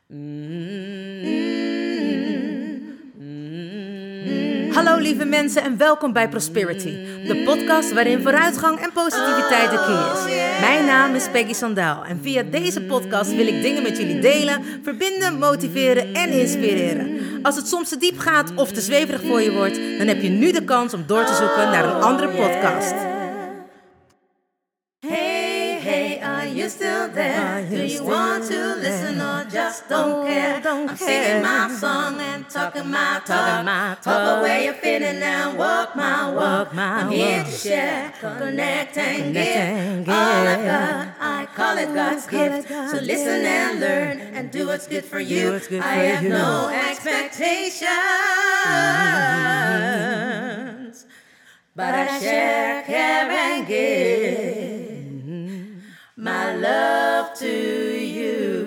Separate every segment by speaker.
Speaker 1: Hallo lieve mensen en welkom bij Prosperity, de podcast waarin vooruitgang en positiviteit de key is. Mijn naam is Peggy Sandaal en via deze podcast wil ik dingen met jullie delen, verbinden, motiveren en inspireren. Als het soms te diep gaat of te zweverig voor je wordt, dan heb je nu de kans om door te zoeken naar een andere podcast.
Speaker 2: Hey, are you still there? Do you want to listen or just don't care? I'm singing my song and talking my talk. Talk away your feeling and walk my walk. I'm here to share, connect and give. All I've got, I call it God's gift. So listen and learn and do what's good for you. I have no expectations, but I share, care and give my love to you.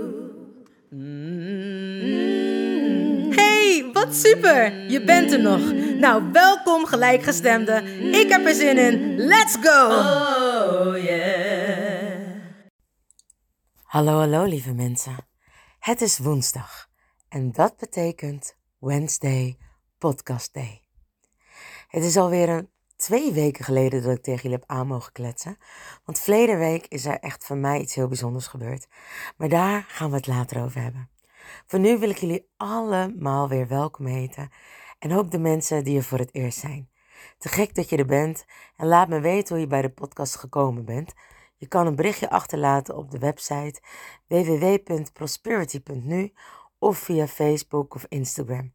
Speaker 1: Hey, wat super! Je bent er nog. Nou, welkom gelijkgestemden. Ik heb er zin in. Let's go!
Speaker 2: Oh yeah.
Speaker 3: Hallo lieve mensen. Het is woensdag en dat betekent Wednesday Podcast Day. Het is alweer 2 weken geleden dat ik tegen jullie heb aan mogen kletsen. Want verleden week is er echt van mij iets heel bijzonders gebeurd. Maar daar gaan we het later over hebben. Voor nu wil ik jullie allemaal weer welkom heten. En ook de mensen die er voor het eerst zijn. Te gek dat je er bent en laat me weten hoe je bij de podcast gekomen bent. Je kan een berichtje achterlaten op de website www.prosperity.nu of via Facebook of Instagram.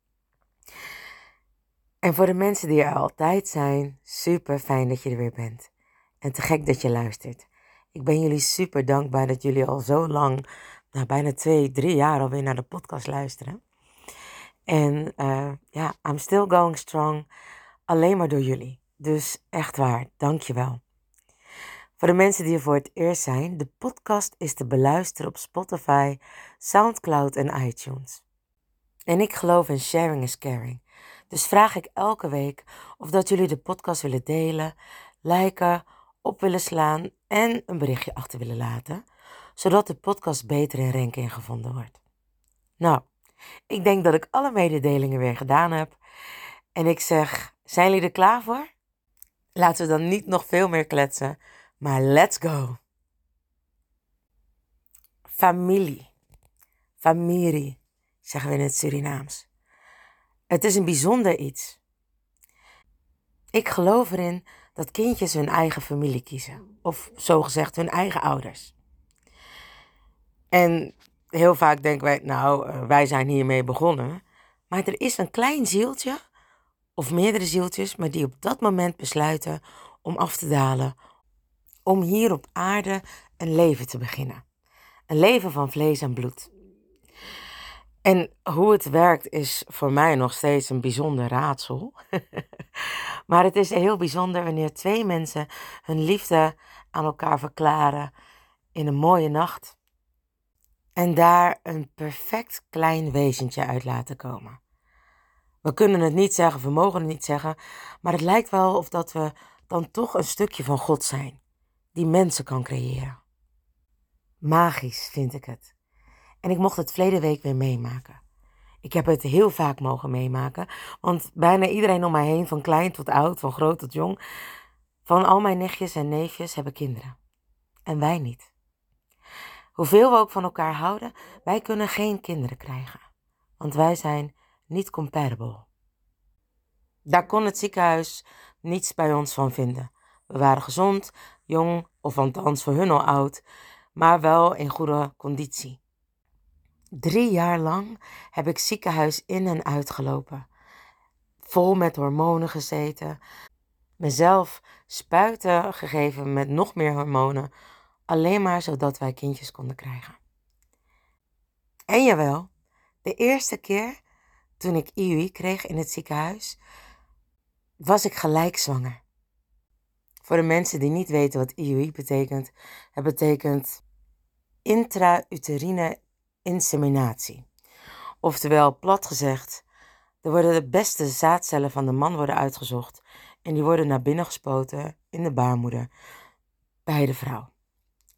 Speaker 3: En voor de mensen die er altijd zijn, super fijn dat je er weer bent. En te gek dat je luistert. Ik ben jullie super dankbaar dat jullie al zo lang, bijna 2-3 jaar alweer naar de podcast luisteren. En I'm still going strong, alleen maar door jullie. Dus echt waar, dankjewel. Voor de mensen die er voor het eerst zijn, de podcast is te beluisteren op Spotify, Soundcloud en iTunes. En ik geloof in sharing is caring. Dus vraag ik elke week of dat jullie de podcast willen delen, liken, op willen slaan en een berichtje achter willen laten, zodat de podcast beter in ranking gevonden wordt. Nou, ik denk dat ik alle mededelingen weer gedaan heb. En ik zeg, zijn jullie er klaar voor? Laten we dan niet nog veel meer kletsen, maar let's go! Familie, zeggen we in het Surinaams. Het is een bijzonder iets. Ik geloof erin dat kindjes hun eigen familie kiezen. Of zogezegd hun eigen ouders. En heel vaak denken wij, wij zijn hiermee begonnen. Maar er is een klein zieltje, of meerdere zieltjes, maar die op dat moment besluiten om af te dalen. Om hier op aarde een leven te beginnen. Een leven van vlees en bloed. En hoe het werkt is voor mij nog steeds een bijzonder raadsel. Maar het is heel bijzonder wanneer 2 mensen hun liefde aan elkaar verklaren in een mooie nacht. En daar een perfect klein wezentje uit laten komen. We kunnen het niet zeggen, we mogen het niet zeggen. Maar het lijkt wel of dat we dan toch een stukje van God zijn. Die mensen kan creëren. Magisch vind ik het. En ik mocht het verleden week weer meemaken. Ik heb het heel vaak mogen meemaken. Want bijna iedereen om mij heen, van klein tot oud, van groot tot jong, van al mijn nichtjes en neefjes hebben kinderen. En wij niet. Hoeveel we ook van elkaar houden, wij kunnen geen kinderen krijgen. Want wij zijn niet compatible. Daar kon het ziekenhuis niets bij ons van vinden. We waren gezond, jong, of althans voor hun al oud, maar wel in goede conditie. 3 jaar lang heb ik ziekenhuis in en uitgelopen. Vol met hormonen gezeten. Mezelf spuiten gegeven met nog meer hormonen. Alleen maar zodat wij kindjes konden krijgen. En jawel, de eerste keer toen ik IUI kreeg in het ziekenhuis, was ik gelijk zwanger. Voor de mensen die niet weten wat IUI betekent, het betekent intrauterine inseminatie. Oftewel, plat gezegd, er worden de beste zaadcellen van de man worden uitgezocht en die worden naar binnen gespoten in de baarmoeder bij de vrouw.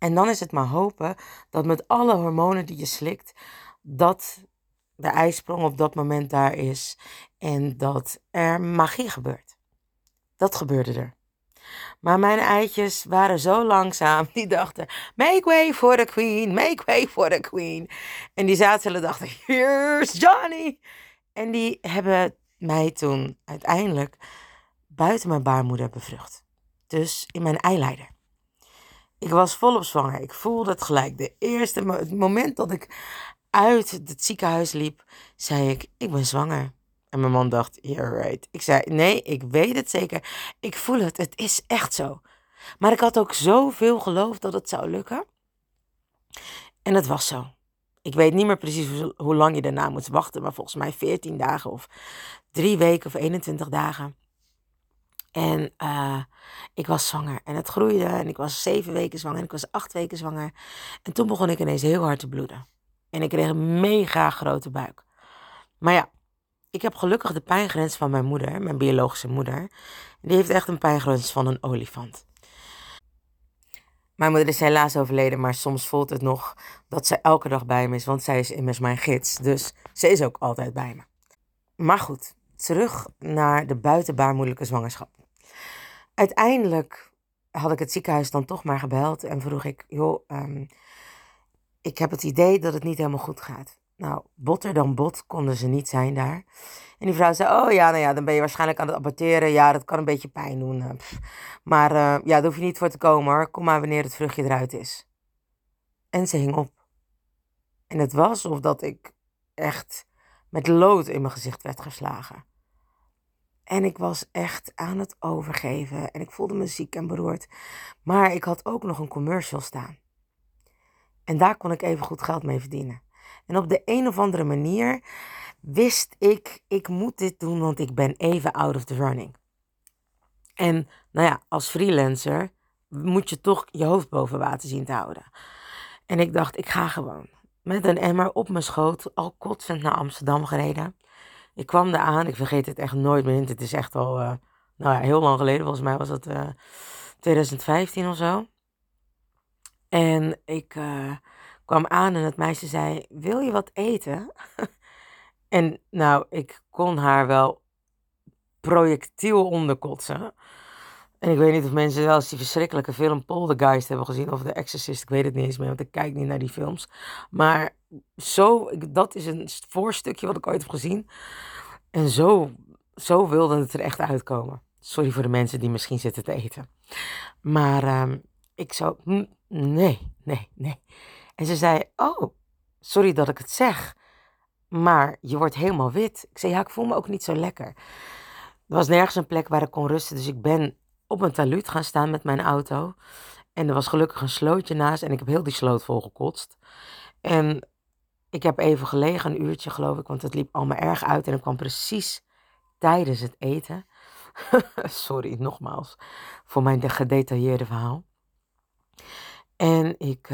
Speaker 3: En dan is het maar hopen dat met alle hormonen die je slikt, dat de ijsprong op dat moment daar is en dat er magie gebeurt. Dat gebeurde er. Maar mijn eitjes waren zo langzaam. Die dachten, make way for the queen, make way for the queen. En die zaten en dachten, here's Johnny. En die hebben mij toen uiteindelijk buiten mijn baarmoeder bevrucht. Dus in mijn eileider. Ik was volop zwanger. Ik voelde het gelijk. Het moment dat ik uit het ziekenhuis liep, zei ik ben zwanger. En mijn man dacht, you're right. Ik zei, nee, ik weet het zeker. Ik voel het, het is echt zo. Maar ik had ook zoveel geloof dat het zou lukken. En het was zo. Ik weet niet meer precies hoe lang je daarna moet wachten, maar volgens mij 14 dagen of 3 weken of 21 dagen. En ik was zwanger en het groeide en ik was 7 weken zwanger en ik was 8 weken zwanger. En toen begon ik ineens heel hard te bloeden. En ik kreeg een mega grote buik. Maar ja, ik heb gelukkig de pijngrens van mijn moeder, mijn biologische moeder. Die heeft echt een pijngrens van een olifant. Mijn moeder is helaas overleden, maar soms voelt het nog dat ze elke dag bij me is. Want zij is immers mijn gids, dus ze is ook altijd bij me. Maar goed, terug naar de buitenbaarmoedelijke zwangerschap. Uiteindelijk had ik het ziekenhuis dan toch maar gebeld en vroeg ik, ik heb het idee dat het niet helemaal goed gaat. Nou, botter dan bot konden ze niet zijn daar. En die vrouw zei, oh ja, nou ja, dan ben je waarschijnlijk aan het aborteren. Ja, dat kan een beetje pijn doen. Maar ja, daar hoef je niet voor te komen hoor. Kom maar wanneer het vruchtje eruit is. En ze hing op. En het was alsof dat ik echt met lood in mijn gezicht werd geslagen. En ik was echt aan het overgeven. En ik voelde me ziek en beroerd. Maar ik had ook nog een commercial staan. En daar kon ik even goed geld mee verdienen. En op de een of andere manier wist ik moet dit doen, want ik ben even out of the running. En nou ja, als freelancer moet je toch je hoofd boven water zien te houden. En ik dacht, ik ga gewoon. Met een emmer op mijn schoot, al kotsend naar Amsterdam gereden. Ik kwam daar aan, ik vergeet het echt nooit meer. Het is echt al heel lang geleden, volgens mij was dat 2015 of zo. En ik kwam aan en het meisje zei, wil je wat eten? En nou, ik kon haar wel projectiel onderkotsen. En ik weet niet of mensen wel eens die verschrikkelijke film Poltergeist hebben gezien. Of The Exorcist, ik weet het niet eens meer, want ik kijk niet naar die films. Maar dat is een voorstukje wat ik ooit heb gezien. En zo wilde het er echt uitkomen. Sorry voor de mensen die misschien zitten te eten. Maar ik zo, nee. En ze zei, oh, sorry dat ik het zeg. Maar je wordt helemaal wit. Ik zei, ja, ik voel me ook niet zo lekker. Er was nergens een plek waar ik kon rusten. Dus ik ben op een talud gaan staan met mijn auto. En er was gelukkig een slootje naast. En ik heb heel die sloot volgekotst. En ik heb even gelegen, een uurtje geloof ik. Want het liep allemaal erg uit. En ik kwam precies tijdens het eten. Sorry, nogmaals. Voor mijn gedetailleerde verhaal. En ik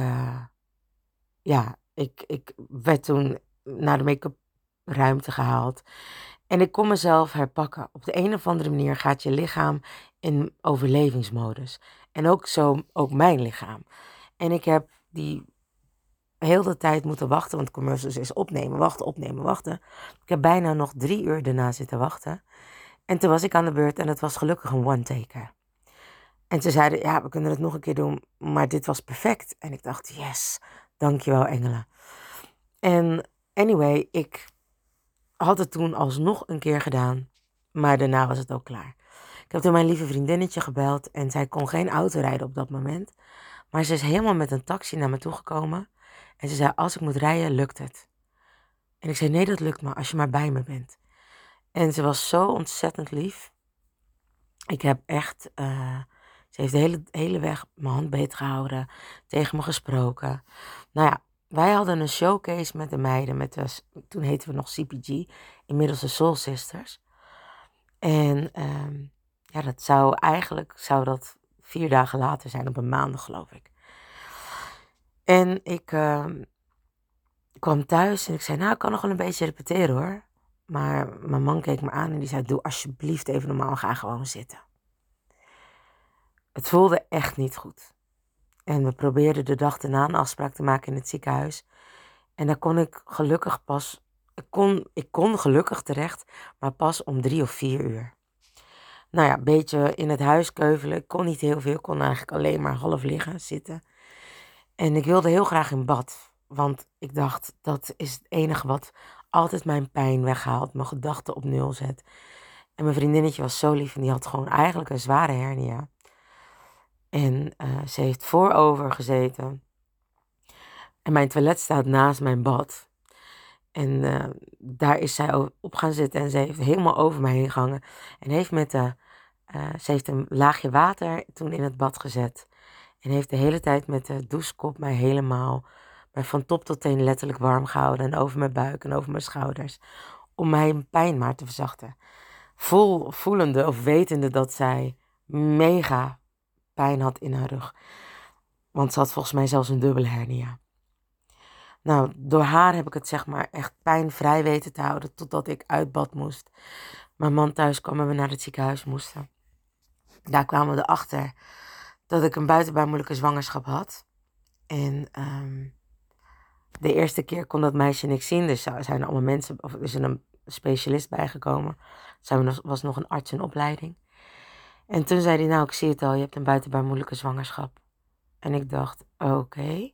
Speaker 3: werd toen naar de make-up ruimte gehaald. En ik kon mezelf herpakken. Op de een of andere manier gaat je lichaam in overlevingsmodus. En ook mijn lichaam. En ik heb die heel de tijd moeten wachten. Want commercials is opnemen, wachten. Ik heb bijna nog 3 uur daarna zitten wachten. En toen was ik aan de beurt en het was gelukkig een one-taker. En ze zeiden, ja, we kunnen het nog een keer doen. Maar dit was perfect. En ik dacht, yes, dankjewel engelen. En anyway, ik had het toen alsnog een keer gedaan. Maar daarna was het ook klaar. Ik heb toen mijn lieve vriendinnetje gebeld. En zij kon geen auto rijden op dat moment. Maar ze is helemaal met een taxi naar me toegekomen. En ze zei, als ik moet rijden, lukt het. En ik zei, nee, dat lukt maar als je maar bij me bent. En ze was zo ontzettend lief. Ik heb echt, ze heeft de hele weg mijn hand beet gehouden, tegen me gesproken. Nou ja, wij hadden een showcase met de meiden, toen heten we nog CPG, inmiddels de Soul Sisters. En dat zou dat 4 dagen later zijn, op een maandag geloof ik. En ik kwam thuis en ik zei, nou, ik kan nog wel een beetje repeteren hoor. Maar mijn man keek me aan en die zei, doe alsjeblieft even normaal, ga gewoon zitten. Het voelde echt niet goed. En we probeerden de dag daarna een afspraak te maken in het ziekenhuis. En daar kon ik gelukkig pas... Ik kon gelukkig terecht, maar pas om 3 of 4 uur. Nou ja, een beetje in het huis keuvelen. Ik kon niet heel veel. Ik kon eigenlijk alleen maar half liggen, zitten. En ik wilde heel graag in bad. Want ik dacht, dat is het enige wat altijd mijn pijn weghaalt. Mijn gedachten op nul zet. En mijn vriendinnetje was zo lief en die had gewoon eigenlijk een zware hernia. En ze heeft voorover gezeten. En mijn toilet staat naast mijn bad. En daar is zij op gaan zitten en ze heeft helemaal over mij heen gehangen. En heeft ze heeft een laagje water toen in het bad gezet. En heeft de hele tijd met de douchekop mij helemaal van top tot teen letterlijk warm gehouden. En over mijn buik en over mijn schouders. Om mijn pijn maar te verzachten. Voelende of wetende dat zij mega pijn had in haar rug. Want ze had volgens mij zelfs een dubbele hernia. Nou, door haar heb ik het zeg maar echt pijnvrij weten te houden totdat ik uit bad moest. Mijn man thuis kwam en we naar het ziekenhuis moesten. Daar kwamen we erachter dat ik een buitenbaarmoedelijke zwangerschap had. En de eerste keer kon dat meisje niks zien. Dus er zijn allemaal mensen, of er is een specialist bijgekomen. Er was nog een arts in opleiding. En toen zei hij, nou ik zie het al, je hebt een buitenbaarmoedelijke zwangerschap. En ik dacht, oké.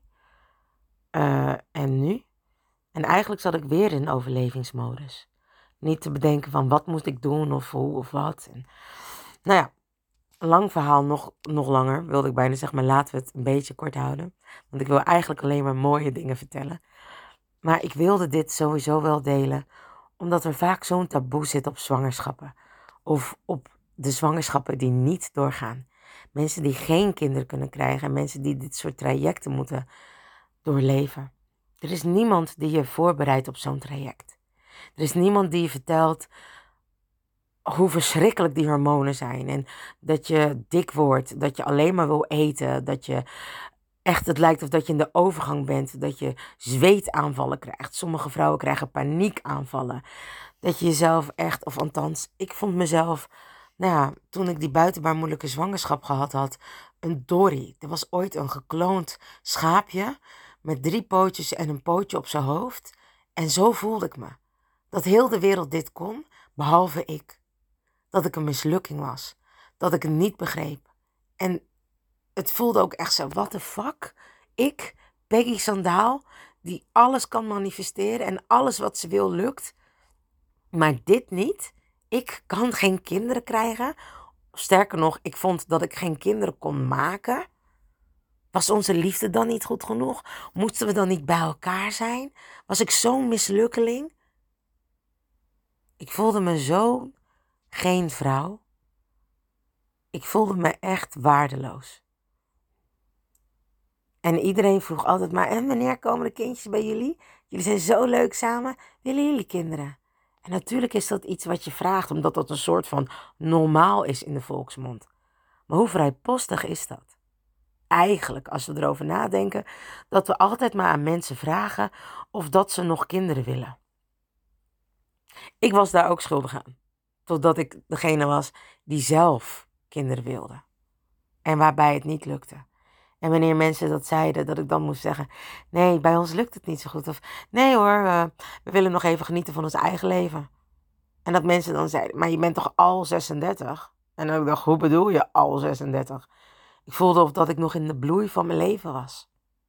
Speaker 3: En nu? En eigenlijk zat ik weer in overlevingsmodus. Niet te bedenken van wat moet ik doen of hoe of wat. En, nou ja, lang verhaal, nog langer wilde ik bijna zeggen, maar laten we het een beetje kort houden. Want ik wil eigenlijk alleen maar mooie dingen vertellen. Maar ik wilde dit sowieso wel delen, omdat er vaak zo'n taboe zit op zwangerschappen. Of op de zwangerschappen die niet doorgaan. Mensen die geen kinderen kunnen krijgen en mensen die dit soort trajecten moeten doorleven. Er is niemand die je voorbereidt op zo'n traject. Er is niemand die je vertelt hoe verschrikkelijk die hormonen zijn. En dat je dik wordt, dat je alleen maar wil eten. Dat je echt, het lijkt of dat je in de overgang bent. Dat je zweetaanvallen krijgt. Sommige vrouwen krijgen paniekaanvallen. Dat je jezelf echt, of althans, ik vond mezelf, nou ja, toen ik die buitenbaarmoedelijke zwangerschap gehad had, een Dory. Er was ooit een gekloond schaapje met 3 pootjes en een pootje op zijn hoofd. En zo voelde ik me. Dat heel de wereld dit kon, behalve ik. Dat ik een mislukking was. Dat ik het niet begreep. En het voelde ook echt zo, what the fuck? Ik, Peggy Sandaal, die alles kan manifesteren en alles wat ze wil lukt. Maar dit niet. Ik kan geen kinderen krijgen. Sterker nog, ik vond dat ik geen kinderen kon maken. Was onze liefde dan niet goed genoeg? Moesten we dan niet bij elkaar zijn? Was ik zo'n mislukkeling? Ik voelde me zo geen vrouw. Ik voelde me echt waardeloos. En iedereen vroeg altijd maar, en wanneer komen de kindjes bij jullie? Jullie zijn zo leuk samen. Willen jullie kinderen? En natuurlijk is dat iets wat je vraagt, omdat dat een soort van normaal is in de volksmond. Maar hoe vrijpostig is dat? Eigenlijk, als we erover nadenken, dat we altijd maar aan mensen vragen of dat ze nog kinderen willen. Ik was daar ook schuldig aan. Totdat ik degene was die zelf kinderen wilde. En waarbij het niet lukte. En wanneer mensen dat zeiden, dat ik dan moest zeggen, nee, bij ons lukt het niet zo goed. Of nee hoor, we willen nog even genieten van ons eigen leven. En dat mensen dan zeiden, maar je bent toch al 36? En dan dacht ik, hoe bedoel je al 36? Ik voelde of dat ik nog in de bloei van mijn leven was.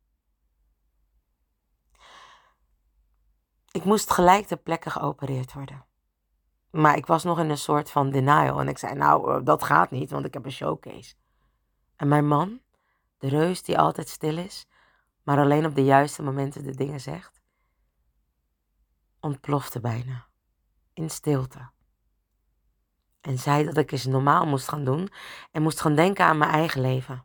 Speaker 3: Ik moest gelijk ter plekke geopereerd worden. Maar ik was nog in een soort van denial. En ik zei, nou, dat gaat niet, want ik heb een showcase. En mijn man, de reus die altijd stil is, maar alleen op de juiste momenten de dingen zegt, ontplofte bijna. In stilte. En zei dat ik eens normaal moest gaan doen en moest gaan denken aan mijn eigen leven.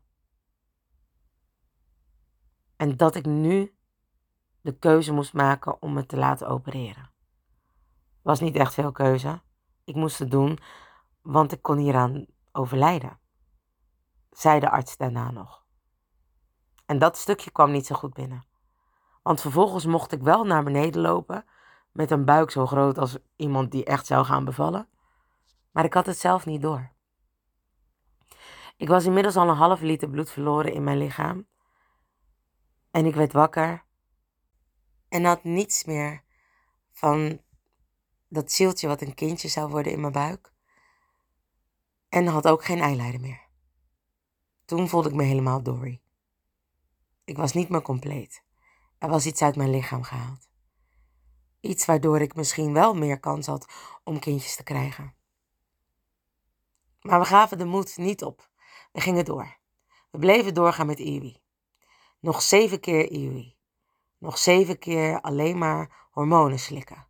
Speaker 3: En dat ik nu de keuze moest maken om me te laten opereren. Was niet echt veel keuze. Ik moest het doen, want ik kon hieraan overlijden. Zei de arts daarna nog. En dat stukje kwam niet zo goed binnen. Want vervolgens mocht ik wel naar beneden lopen met een buik zo groot als iemand die echt zou gaan bevallen. Maar ik had het zelf niet door. Ik was inmiddels al 1,5 liter bloed verloren in mijn lichaam. En ik werd wakker en had niets meer van dat zieltje wat een kindje zou worden in mijn buik. En had ook geen eileider meer. Toen voelde ik me helemaal Dory. Ik was niet meer compleet. Er was iets uit mijn lichaam gehaald. Iets waardoor ik misschien wel meer kans had om kindjes te krijgen. Maar we gaven de moed niet op. We gingen door. We bleven doorgaan met Iwi. Nog 7 keer Iwi. Nog 7 keer alleen maar hormonen slikken.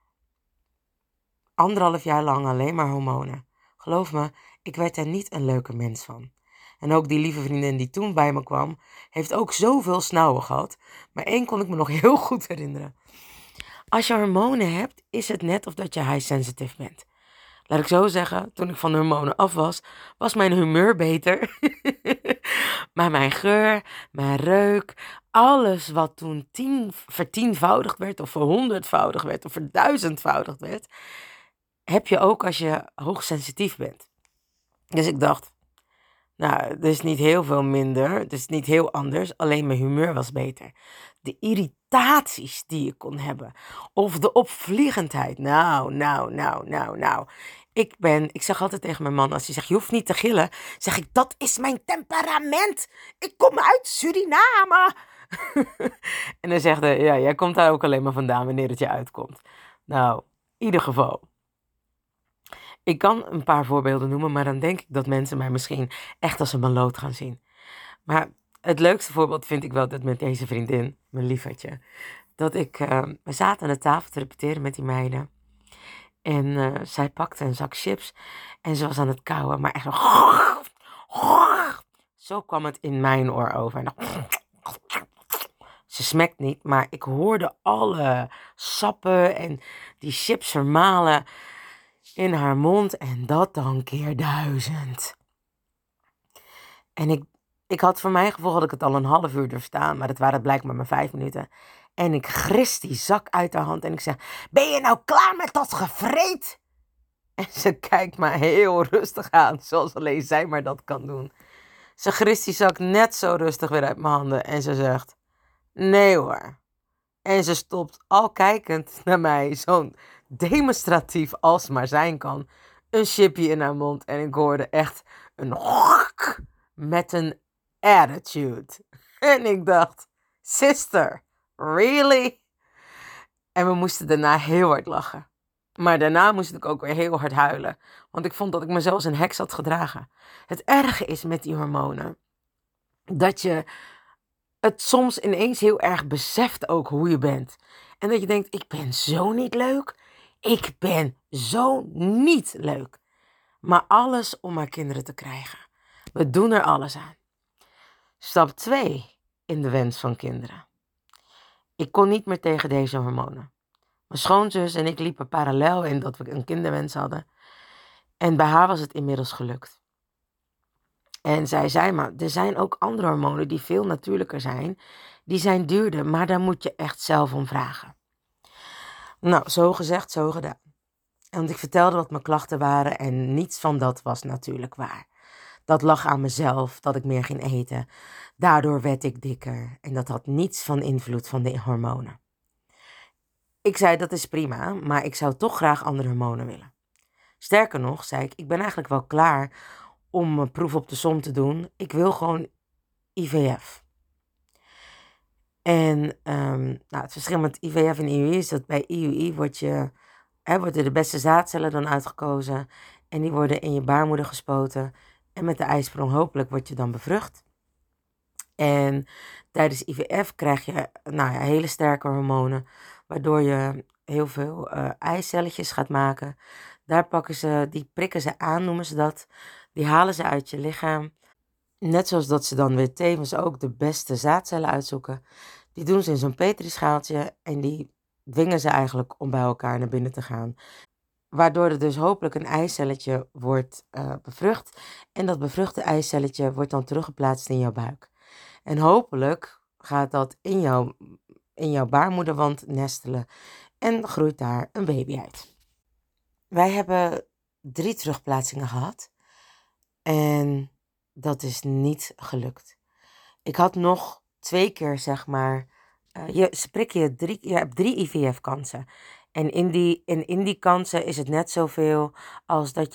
Speaker 3: 1,5 jaar lang alleen maar hormonen. Geloof me, ik werd er niet een leuke mens van. En ook die lieve vriendin die toen bij me kwam, heeft ook zoveel snauwen gehad. Maar 1 kon ik me nog heel goed herinneren. Als je hormonen hebt, is het net of dat je high sensitive bent. Laat ik zo zeggen, toen ik van de hormonen af was, was mijn humeur beter. Maar mijn geur, mijn reuk, alles wat toen vertienvoudigd werd of verhonderdvoudigd werd of 1000voudigd werd, heb je ook als je hoogsensitief bent. Dus ik dacht, nou, het is niet heel veel minder, het is niet heel anders, alleen mijn humeur was beter. De irritaties die ik kon hebben, of de opvliegendheid, nou. Ik zeg altijd tegen mijn man, als hij zegt, je hoeft niet te gillen, zeg ik, dat is mijn temperament. Ik kom uit Suriname. En dan zegt hij, ja, jij komt daar ook alleen maar vandaan wanneer het je uitkomt. Nou, in ieder geval. Ik kan een paar voorbeelden noemen, maar dan denk ik dat mensen mij misschien echt als een maloot gaan zien. Maar het leukste voorbeeld vind ik wel dat met deze vriendin, mijn liefertje. Dat we zaten aan de tafel te repeteren met die meiden. En zij pakte een zak chips en ze was aan het kauwen, maar echt zo kwam het in mijn oor over. En ze smekt niet, maar ik hoorde alle sappen en die chips vermalen in haar mond en dat dan keer 1000. En ik had voor mijn gevoel had ik het al een half uur doorstaan, maar het waren blijkbaar maar 5 minuten. En ik gris die zak uit haar hand en ik zeg, ben je nou klaar met dat gevreed? En ze kijkt me heel rustig aan, zoals alleen zij maar dat kan doen. Ze grist die zak net zo rustig weer uit mijn handen en ze zegt, nee hoor. En ze stopt al kijkend naar mij, zo'n demonstratief als maar zijn kan, een chipje in haar mond. En ik hoorde echt een hok met een attitude. En ik dacht, sister, really? En we moesten daarna heel hard lachen. Maar daarna moest ik ook weer heel hard huilen. Want ik vond dat ik mezelf als een heks had gedragen. Het erge is met die hormonen, dat je het soms ineens heel erg beseft ook hoe je bent. En dat je denkt, ik ben zo niet leuk. Ik ben zo niet leuk. Maar alles om maar kinderen te krijgen. We doen er alles aan. Stap 2 in de wens van kinderen. Ik kon niet meer tegen deze hormonen. Mijn schoonzus en ik liepen parallel in dat we een kinderwens hadden. En bij haar was het inmiddels gelukt. En zij zei, maar er zijn ook andere hormonen die veel natuurlijker zijn. Die zijn duurder, maar daar moet je echt zelf om vragen. Nou, zo gezegd, zo gedaan. Want ik vertelde wat mijn klachten waren en niets van dat was natuurlijk waar. Dat lag aan mezelf, dat ik meer ging eten. Daardoor werd ik dikker en dat had niets van invloed van de hormonen. Ik zei, dat is prima, maar ik zou toch graag andere hormonen willen. Sterker nog, zei ik ben eigenlijk wel klaar om een proef op de som te doen. Ik wil gewoon IVF. En het verschil met IVF en IUI is dat bij IUI worden de beste zaadcellen dan uitgekozen. En die worden in je baarmoeder gespoten. En met de eisprong hopelijk word je dan bevrucht. En tijdens IVF krijg je hele sterke hormonen. Waardoor je heel veel eicelletjes gaat maken. Die prikken ze aan, noemen ze dat. Die halen ze uit je lichaam. Net zoals dat ze dan weer tevens ook de beste zaadcellen uitzoeken. Die doen ze in zo'n petrischaaltje en die dwingen ze eigenlijk om bij elkaar naar binnen te gaan. Waardoor er dus hopelijk een eicelletje wordt bevrucht. En dat bevruchte eicelletje wordt dan teruggeplaatst in jouw buik. En hopelijk gaat dat in jouw baarmoederwand nestelen en groeit daar een baby uit. Wij hebben 3 terugplaatsingen gehad en dat is niet gelukt. Ik had nog 2 keer, zeg maar, je hebt 3 IVF-kansen. En in die kansen is het net zoveel als dat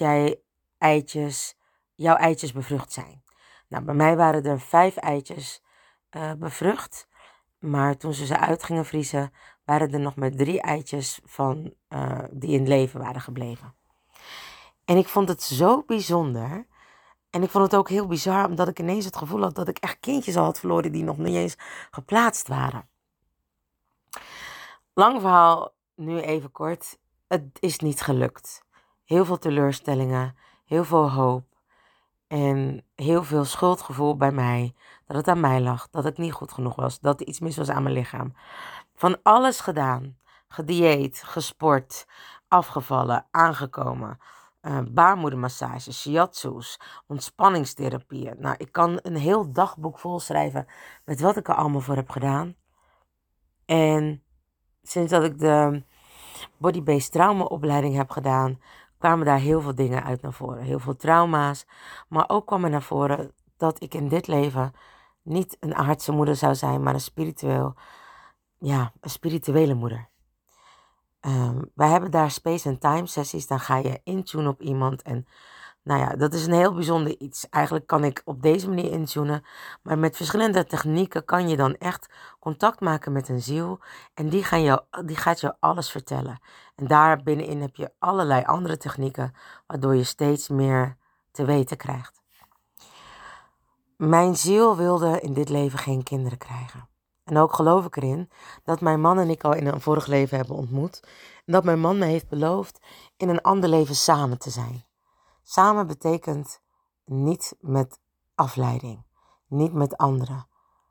Speaker 3: jouw eitjes bevrucht zijn. Nou, bij mij waren er 5 eitjes bevrucht. Maar toen ze uit gingen vriezen, waren er nog maar 3 eitjes die in leven waren gebleven. En ik vond het zo bijzonder. En ik vond het ook heel bizar, omdat ik ineens het gevoel had dat ik echt kindjes al had verloren die nog niet eens geplaatst waren. Lang verhaal, nu even kort. Het is niet gelukt. Heel veel teleurstellingen, heel veel hoop en heel veel schuldgevoel bij mij. Dat het aan mij lag, dat ik niet goed genoeg was, dat er iets mis was aan mijn lichaam. Van alles gedaan, gedieet, gesport, afgevallen, aangekomen. Baarmoedermassages, shiatsu's, ontspanningstherapieën. Nou, ik kan een heel dagboek volschrijven met wat ik er allemaal voor heb gedaan. En sinds dat ik de body-based traumaopleiding heb gedaan, kwamen daar heel veel dingen uit naar voren. Heel veel trauma's. Maar ook kwam er naar voren dat ik in dit leven niet een aardse moeder zou zijn, maar een spirituele moeder. Wij hebben daar space and time sessies. Dan ga je intunen op iemand. En nou ja, dat is een heel bijzonder iets. Eigenlijk kan ik op deze manier intunen. Maar met verschillende technieken kan je dan echt contact maken met een ziel. En die gaat je alles vertellen. En daar binnenin heb je allerlei andere technieken, waardoor je steeds meer te weten krijgt. Mijn ziel wilde in dit leven geen kinderen krijgen. En ook geloof ik erin dat mijn man en ik al in een vorig leven hebben ontmoet. En dat mijn man me heeft beloofd in een ander leven samen te zijn. Samen betekent niet met afleiding, niet met anderen.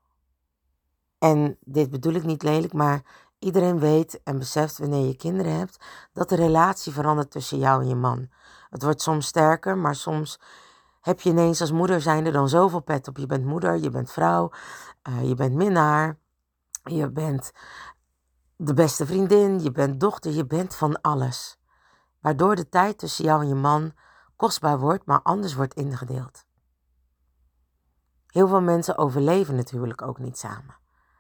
Speaker 3: En dit bedoel ik niet lelijk, maar iedereen weet en beseft wanneer je kinderen hebt, dat de relatie verandert tussen jou en je man. Het wordt soms sterker, maar soms heb je ineens als moeder zijnde dan zoveel pet op. Je bent moeder, je bent vrouw, je bent minnaar, je bent de beste vriendin, je bent dochter, je bent van alles. Waardoor de tijd tussen jou en je man kostbaar wordt, maar anders wordt ingedeeld. Heel veel mensen overleven natuurlijk ook niet samen.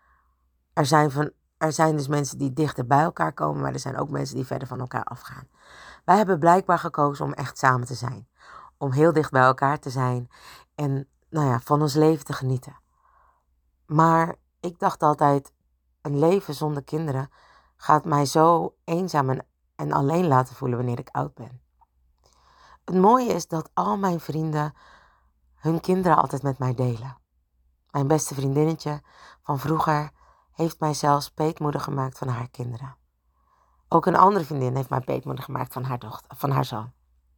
Speaker 3: Er zijn dus mensen die dichter bij elkaar komen, maar er zijn ook mensen die verder van elkaar afgaan. Wij hebben blijkbaar gekozen om echt samen te zijn. Om heel dicht bij elkaar te zijn en van ons leven te genieten. Maar ik dacht altijd, een leven zonder kinderen gaat mij zo eenzaam en alleen laten voelen wanneer ik oud ben. Het mooie is dat al mijn vrienden hun kinderen altijd met mij delen. Mijn beste vriendinnetje van vroeger heeft mij zelfs peetmoeder gemaakt van haar kinderen. Ook een andere vriendin heeft mij peetmoeder gemaakt van haar zoon.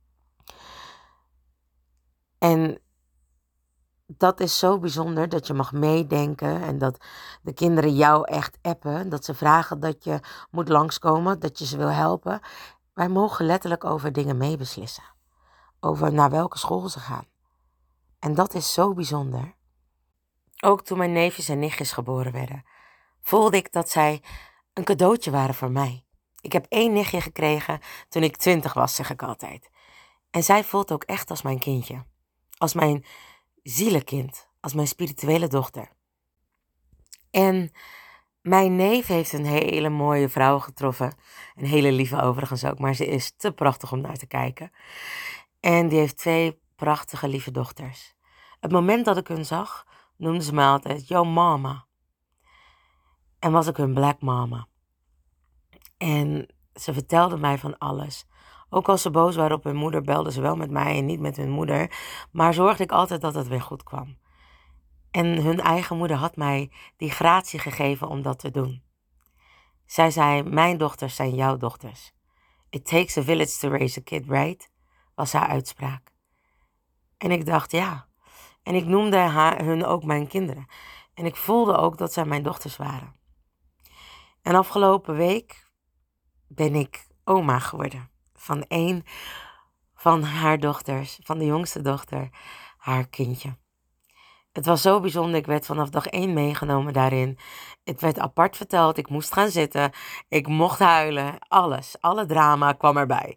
Speaker 3: En dat is zo bijzonder dat je mag meedenken en dat de kinderen jou echt appen. Dat ze vragen dat je moet langskomen, dat je ze wil helpen. Wij mogen letterlijk over dingen meebeslissen. Over naar welke school ze gaan. En dat is zo bijzonder. Ook toen mijn neefjes en nichtjes geboren werden, voelde ik dat zij een cadeautje waren voor mij. Ik heb 1 nichtje gekregen toen ik 20 was, zeg ik altijd. En zij voelt ook echt als mijn kindje. Als mijn zielenkind, als mijn spirituele dochter. En mijn neef heeft een hele mooie vrouw getroffen. Een hele lieve overigens ook, maar ze is te prachtig om naar te kijken. En die heeft 2 prachtige lieve dochters. Het moment dat ik hun zag, noemden ze mij altijd Yo mama. En was ik hun black mama. En ze vertelden mij van alles. Ook als ze boos waren op hun moeder, belden ze wel met mij en niet met hun moeder. Maar zorgde ik altijd dat het weer goed kwam. En hun eigen moeder had mij die gratie gegeven om dat te doen. Zij zei, mijn dochters zijn jouw dochters. It takes a village to raise a kid, right? Was haar uitspraak. En ik dacht, ja. En ik noemde hun ook mijn kinderen. En ik voelde ook dat zij mijn dochters waren. En afgelopen week ben ik oma geworden. Van 1 van haar dochters, van de jongste dochter, haar kindje. Het was zo bijzonder, ik werd vanaf dag 1 meegenomen daarin. Het werd apart verteld, ik moest gaan zitten, ik mocht huilen, alles, alle drama kwam erbij.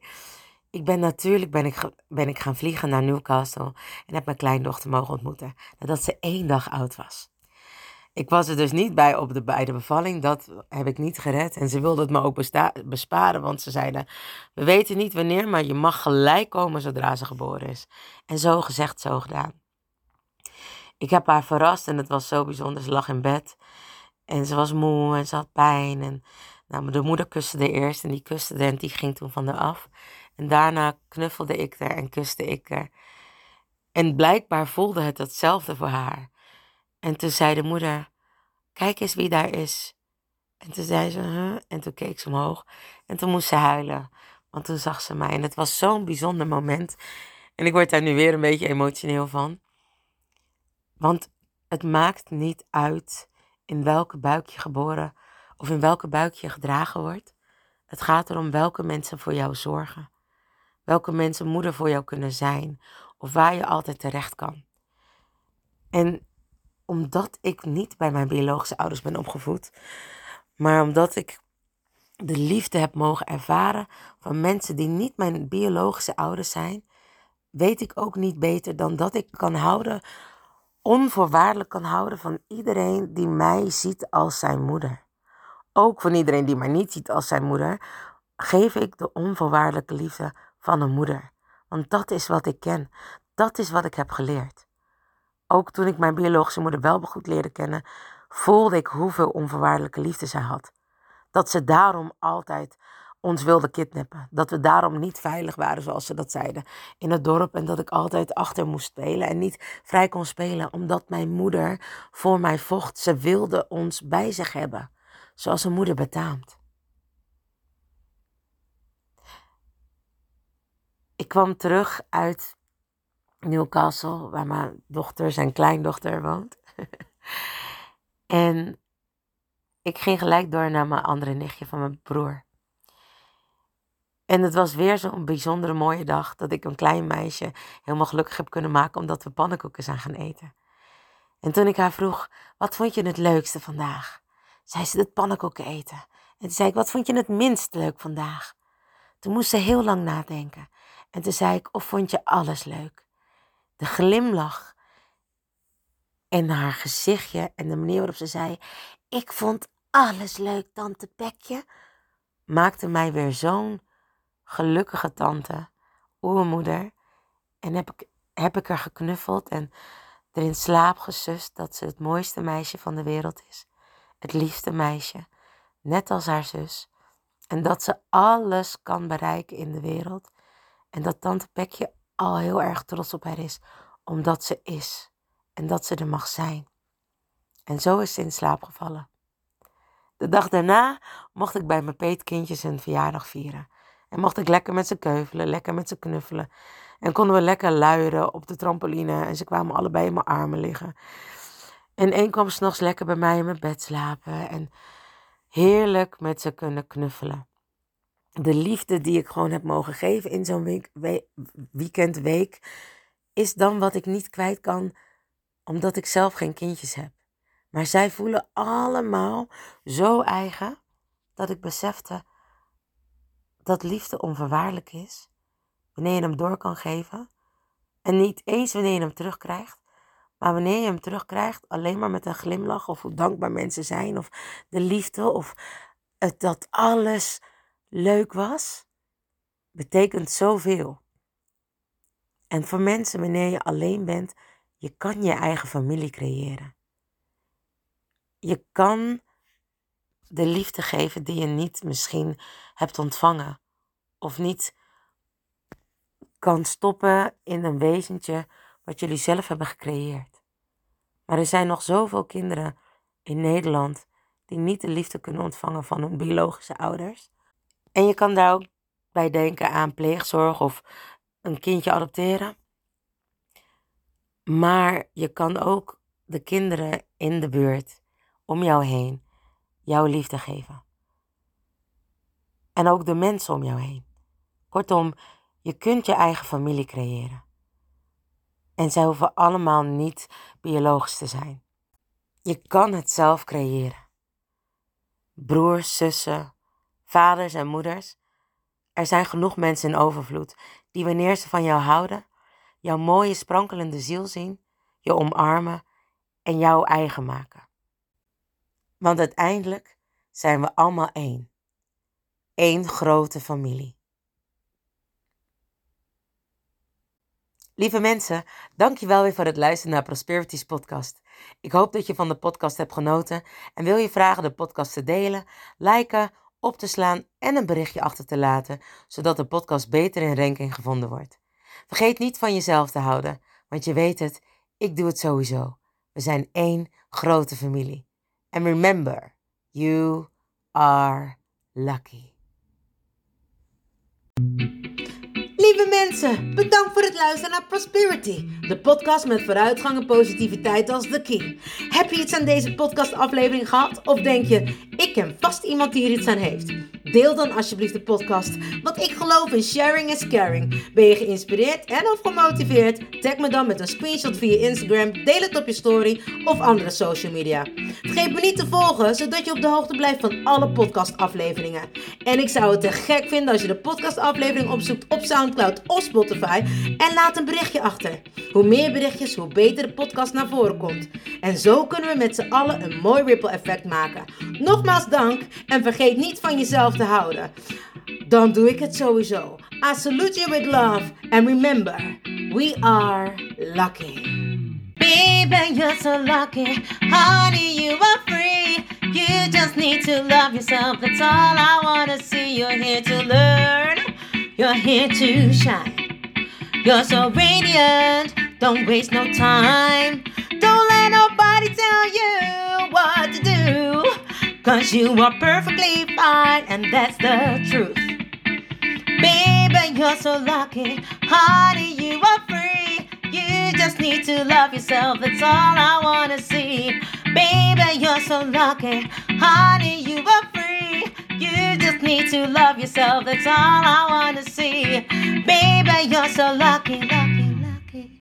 Speaker 3: Ben ik gaan vliegen naar Newcastle en heb mijn kleindochter mogen ontmoeten, nadat ze 1 dag oud was. Ik was er dus niet bij de bevalling. Dat heb ik niet gered. En ze wilden het me ook besparen. Want ze zeiden, we weten niet wanneer, maar je mag gelijk komen zodra ze geboren is. En zo gezegd, zo gedaan. Ik heb haar verrast en het was zo bijzonder. Ze lag in bed en ze was moe en ze had pijn. En de moeder kuste haar eerst en die kuste haar en die ging toen van haar af. En daarna knuffelde ik haar en kuste ik haar. En blijkbaar voelde het hetzelfde voor haar. En toen zei de moeder, kijk eens wie daar is. En toen zei ze, huh? En toen keek ze omhoog. En toen moest ze huilen. Want toen zag ze mij. En het was zo'n bijzonder moment. En ik word daar nu weer een beetje emotioneel van. Want het maakt niet uit in welke buik je geboren of in welke buik je gedragen wordt. Het gaat erom welke mensen voor jou zorgen. Welke mensen moeder voor jou kunnen zijn. Of waar je altijd terecht kan. En omdat ik niet bij mijn biologische ouders ben opgevoed, maar omdat ik de liefde heb mogen ervaren van mensen die niet mijn biologische ouders zijn, weet ik ook niet beter dan dat ik kan houden, onvoorwaardelijk kan houden van iedereen die mij ziet als zijn moeder. Ook van iedereen die mij niet ziet als zijn moeder, geef ik de onvoorwaardelijke liefde van een moeder. Want dat is wat ik ken. Dat is wat ik heb geleerd. Ook toen ik mijn biologische moeder wel goed leerde kennen, voelde ik hoeveel onvoorwaardelijke liefde zij had. Dat ze daarom altijd ons wilde kidnappen. Dat we daarom niet veilig waren, zoals ze dat zeiden, in het dorp. En dat ik altijd achter moest spelen en niet vrij kon spelen, omdat mijn moeder voor mij vocht. Ze wilde ons bij zich hebben, zoals een moeder betaamt. Ik kwam terug uit Newcastle, waar mijn dochter, zijn kleindochter, woont. En ik ging gelijk door naar mijn andere nichtje van mijn broer. En het was weer zo'n bijzondere mooie dag dat ik een klein meisje helemaal gelukkig heb kunnen maken omdat we pannenkoeken zijn gaan eten. En toen ik haar vroeg, wat vond je het leukste vandaag? Zei ze, het pannenkoeken eten. En toen zei ik, wat vond je het minst leuk vandaag? Toen moest ze heel lang nadenken. En toen zei ik, of vond je alles leuk? De glimlach en haar gezichtje en de manier waarop ze zei, ik vond alles leuk, tante Pekje, maakte mij weer zo'n gelukkige tante, oermoeder. En heb ik haar geknuffeld en er in slaap gesust dat ze het mooiste meisje van de wereld is. Het liefste meisje, net als haar zus. En dat ze alles kan bereiken in de wereld. En dat tante Pekje al heel erg trots op haar is, omdat ze is. En dat ze er mag zijn. En zo is ze in slaap gevallen. De dag daarna mocht ik bij mijn peetkindjes een verjaardag vieren. En mocht ik lekker met ze keuvelen, lekker met ze knuffelen. En konden we lekker luieren op de trampoline. En ze kwamen allebei in mijn armen liggen. En één kwam 's nachts lekker bij mij in mijn bed slapen. En heerlijk met ze kunnen knuffelen. De liefde die ik gewoon heb mogen geven in zo'n week, is dan wat ik niet kwijt kan, omdat ik zelf geen kindjes heb. Maar zij voelen allemaal zo eigen, dat ik besefte dat liefde onvoorwaardelijk is, wanneer je hem door kan geven. En niet eens wanneer je hem terugkrijgt, maar wanneer je hem terugkrijgt alleen maar met een glimlach, of hoe dankbaar mensen zijn, of de liefde, of dat alles leuk was, betekent zoveel. En voor mensen, wanneer je alleen bent, je kan je eigen familie creëren. Je kan de liefde geven die je niet misschien hebt ontvangen. Of niet kan stoppen in een wezentje wat jullie zelf hebben gecreëerd. Maar er zijn nog zoveel kinderen in Nederland die niet de liefde kunnen ontvangen van hun biologische ouders. En je kan daar ook bij denken aan pleegzorg of een kindje adopteren. Maar je kan ook de kinderen in de buurt om jou heen jouw liefde geven. En ook de mensen om jou heen. Kortom, je kunt je eigen familie creëren. En zij hoeven allemaal niet biologisch te zijn. Je kan het zelf creëren. Broers, zussen, vaders en moeders. Er zijn genoeg mensen in overvloed die wanneer ze van jou houden, jouw mooie sprankelende ziel zien, je omarmen en jou eigen maken. Want uiteindelijk zijn we allemaal één. Eén grote familie. Lieve mensen, dankjewel weer voor het luisteren naar Prosperities podcast. Ik hoop dat je van de podcast hebt genoten en wil je vragen de podcast te delen, liken, op te slaan en een berichtje achter te laten, zodat de podcast beter in ranking gevonden wordt. Vergeet niet van jezelf te houden, want je weet het, ik doe het sowieso. We zijn één grote familie. And remember, you are lucky. Lieve mensen, bedankt voor het luisteren naar Prosperity, de podcast met vooruitgang en positiviteit als de key. Heb je iets aan deze podcastaflevering gehad? Of denk je, ik ken vast iemand die er iets aan heeft? Deel dan alsjeblieft de podcast, want ik geloof in sharing is caring. Ben je geïnspireerd en of gemotiveerd? Tag me dan met een screenshot via Instagram, deel het op je story of andere social media. Vergeet me niet te volgen, zodat je op de hoogte blijft van alle podcastafleveringen. En ik zou het te gek vinden als je de podcastaflevering opzoekt op SoundCloud of Spotify en laat een berichtje achter. Hoe meer berichtjes, hoe beter de podcast naar voren komt. En zo kunnen we met z'n allen een mooi ripple effect maken. Nogmaals dank en vergeet niet van jezelf te houden. Dan doe ik het sowieso. I salute you with love and remember, we are lucky.
Speaker 2: Baby, you're so lucky. Honey, you are free. You just need to love yourself. That's all I wanna see. You're here to learn. You're here to shine. You're so radiant. Don't waste no time. Don't let nobody tell you what to do. 'Cause you are perfectly fine. And that's the truth. Baby, you're so lucky. Honey, you are free. You just need to love yourself. That's all I wanna see. Baby, you're so lucky. Honey, you are free. You just need to love yourself. That's all I wanna see. Baby, you're so lucky, lucky.